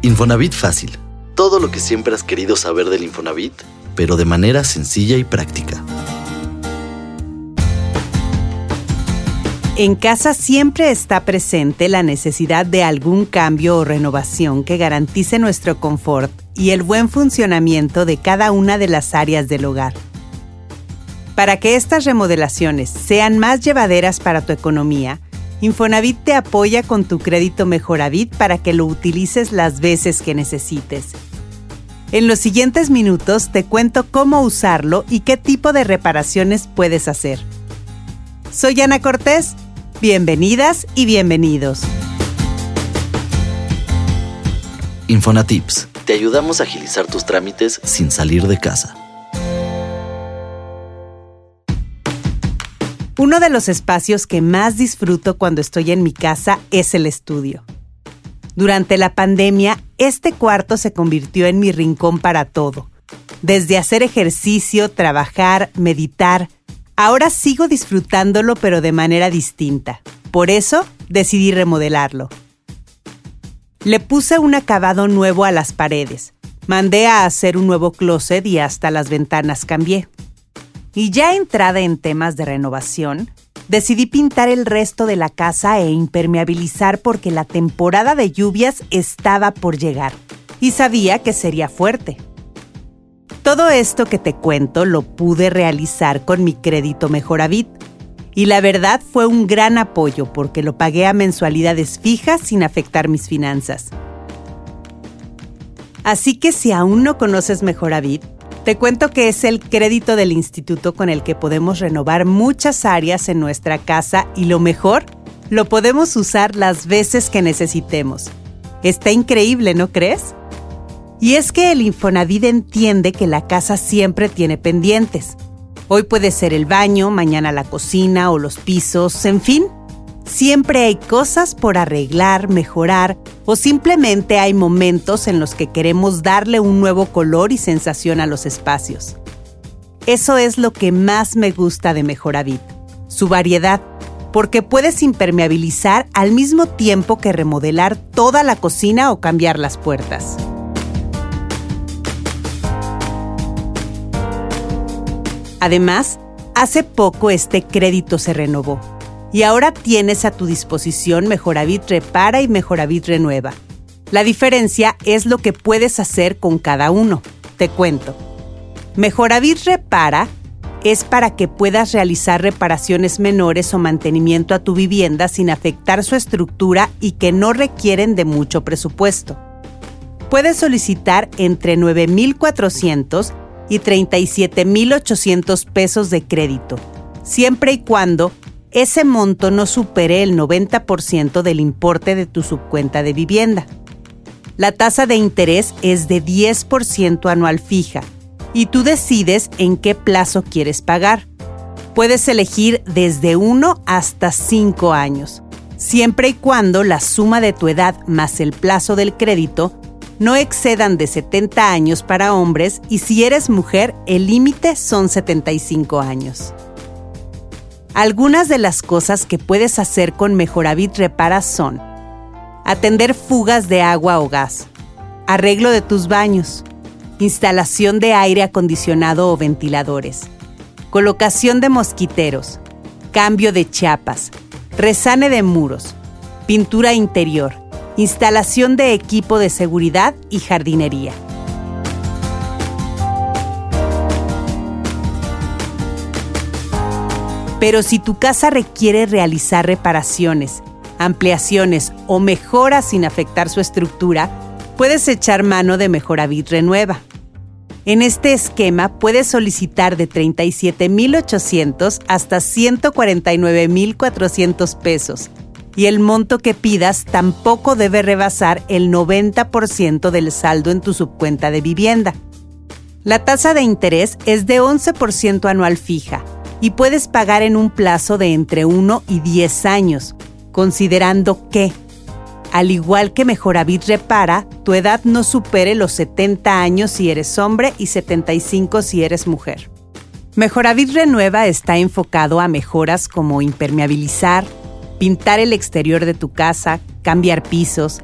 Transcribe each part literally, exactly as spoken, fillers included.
Infonavit Fácil. Todo lo que siempre has querido saber del Infonavit, pero de manera sencilla y práctica. En casa siempre está presente la necesidad de algún cambio o renovación que garantice nuestro confort y el buen funcionamiento de cada una de las áreas del hogar. Para que estas remodelaciones sean más llevaderas para tu economía, Infonavit te apoya con tu crédito Mejoravit para que lo utilices las veces que necesites. En los siguientes minutos te cuento cómo usarlo y qué tipo de reparaciones puedes hacer. Soy Ana Cortés. Bienvenidas y bienvenidos. Infonatips. Te ayudamos a agilizar tus trámites sin salir de casa. Uno de los espacios que más disfruto cuando estoy en mi casa es el estudio. Durante la pandemia, este cuarto se convirtió en mi rincón para todo. Desde hacer ejercicio, trabajar, meditar, ahora sigo disfrutándolo pero de manera distinta. Por eso, decidí remodelarlo. Le puse un acabado nuevo a las paredes. Mandé a hacer un nuevo closet y hasta las ventanas cambié. Y ya entrada en temas de renovación, decidí pintar el resto de la casa e impermeabilizar porque la temporada de lluvias estaba por llegar y sabía que sería fuerte. Todo esto que te cuento lo pude realizar con mi crédito Mejoravit y la verdad fue un gran apoyo porque lo pagué a mensualidades fijas sin afectar mis finanzas. Así que si aún no conoces Mejoravit, te cuento que es el crédito del instituto con el que podemos renovar muchas áreas en nuestra casa y lo mejor, lo podemos usar las veces que necesitemos. Está increíble, ¿no crees? Y es que el Infonavit entiende que la casa siempre tiene pendientes. Hoy puede ser el baño, mañana la cocina o los pisos, en fin. Siempre hay cosas por arreglar, mejorar o simplemente hay momentos en los que queremos darle un nuevo color y sensación a los espacios. Eso es lo que más me gusta de Mejoravit, su variedad, porque puedes impermeabilizar al mismo tiempo que remodelar toda la cocina o cambiar las puertas. Además, hace poco este crédito se renovó. Y ahora tienes a tu disposición Mejoravit Repara y Mejoravit Renueva. La diferencia es lo que puedes hacer con cada uno. Te cuento. Mejoravit Repara es para que puedas realizar reparaciones menores o mantenimiento a tu vivienda sin afectar su estructura y que no requieren de mucho presupuesto. Puedes solicitar entre nueve mil cuatrocientos y treinta y siete mil ochocientos pesos de crédito, siempre y cuando ese monto no supere el noventa por ciento del importe de tu subcuenta de vivienda. La tasa de interés es de diez por ciento anual fija y tú decides en qué plazo quieres pagar. Puedes elegir desde uno hasta cinco años, siempre y cuando la suma de tu edad más el plazo del crédito no excedan de setenta años para hombres y si eres mujer, el límite son setenta y cinco años. Algunas de las cosas que puedes hacer con Mejoravit Repara son atender fugas de agua o gas, arreglo de tus baños, instalación de aire acondicionado o ventiladores, colocación de mosquiteros, cambio de chapas, resane de muros, pintura interior, instalación de equipo de seguridad y jardinería. Pero si tu casa requiere realizar reparaciones, ampliaciones o mejoras sin afectar su estructura, puedes echar mano de Mejoravit Renueva. En este esquema puedes solicitar de treinta y siete mil ochocientos hasta ciento cuarenta y nueve mil cuatrocientos pesos y el monto que pidas tampoco debe rebasar el noventa por ciento del saldo en tu subcuenta de vivienda. La tasa de interés es de once por ciento anual fija y puedes pagar en un plazo de entre uno y diez años, considerando que, al igual que Mejoravit Repara, tu edad no supere los setenta años si eres hombre y setenta y cinco si eres mujer. Mejoravit Renueva está enfocado a mejoras como impermeabilizar, pintar el exterior de tu casa, cambiar pisos,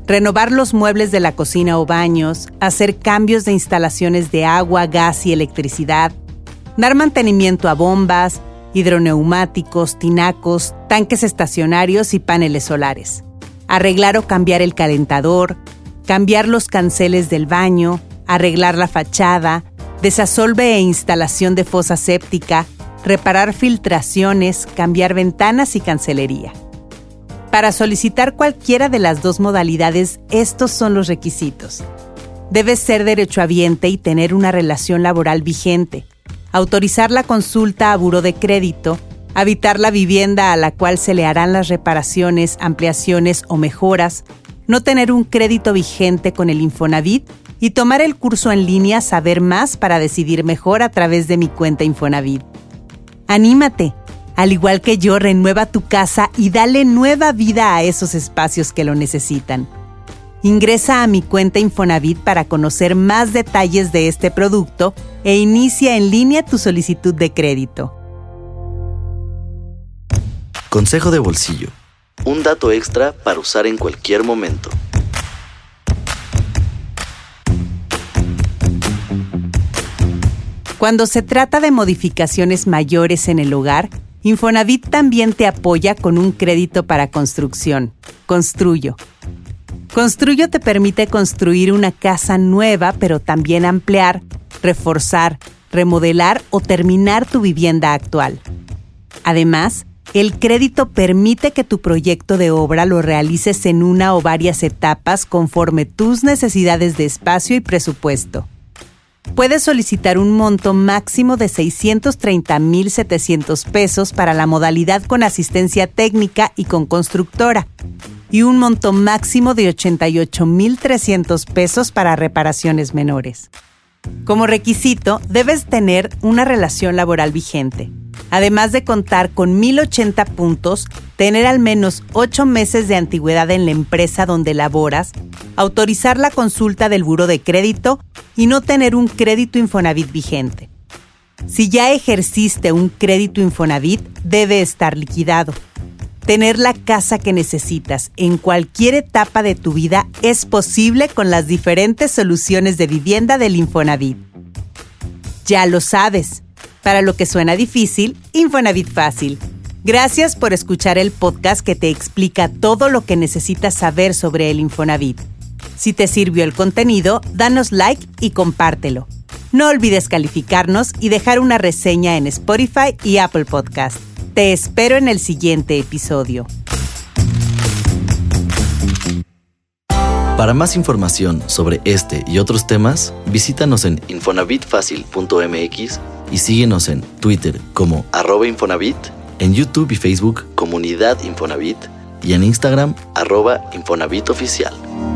renovar los muebles de la cocina o baños, hacer cambios de instalaciones de agua, gas y electricidad, dar mantenimiento a bombas, hidroneumáticos, tinacos, tanques estacionarios y paneles solares, arreglar o cambiar el calentador, cambiar los canceles del baño, arreglar la fachada, desasolve e instalación de fosa séptica, reparar filtraciones, cambiar ventanas y cancelería. Para solicitar cualquiera de las dos modalidades, estos son los requisitos. Debes ser derechohabiente y tener una relación laboral vigente, autorizar la consulta a buró de crédito, habitar la vivienda a la cual se le harán las reparaciones, ampliaciones o mejoras, no tener un crédito vigente con el Infonavit y tomar el curso en línea Saber Más para decidir mejor a través de mi cuenta Infonavit. ¡Anímate! Al igual que yo, renueva tu casa y dale nueva vida a esos espacios que lo necesitan. Ingresa a mi cuenta Infonavit para conocer más detalles de este producto e inicia en línea tu solicitud de crédito. Consejo de bolsillo. Un dato extra para usar en cualquier momento. Cuando se trata de modificaciones mayores en el hogar, Infonavit también te apoya con un crédito para construcción, Construyo. Construyo te permite construir una casa nueva, pero también ampliar, reforzar, remodelar o terminar tu vivienda actual. Además, el crédito permite que tu proyecto de obra lo realices en una o varias etapas conforme tus necesidades de espacio y presupuesto. Puedes solicitar un monto máximo de seiscientos treinta mil setecientos pesos para la modalidad con asistencia técnica y con constructora, y un monto máximo de ochenta y ocho mil trescientos pesos para reparaciones menores. Como requisito, debes tener una relación laboral vigente, además de contar con mil ochenta puntos, tener al menos ocho meses de antigüedad en la empresa donde laboras, autorizar la consulta del buró de crédito y no tener un crédito Infonavit vigente. Si ya ejerciste un crédito Infonavit, debe estar liquidado. Tener la casa que necesitas en cualquier etapa de tu vida es posible con las diferentes soluciones de vivienda del Infonavit. Ya lo sabes. Para lo que suena difícil, Infonavit fácil. Gracias por escuchar el podcast que te explica todo lo que necesitas saber sobre el Infonavit. Si te sirvió el contenido, danos like y compártelo. No olvides calificarnos y dejar una reseña en Spotify y Apple Podcast. Te espero en el siguiente episodio. Para más información sobre este y otros temas, visítanos en infonavit fácil punto m x y síguenos en Twitter como arroba Infonavit, en YouTube y Facebook Comunidad Infonavit y en Instagram arroba Infonavit Oficial.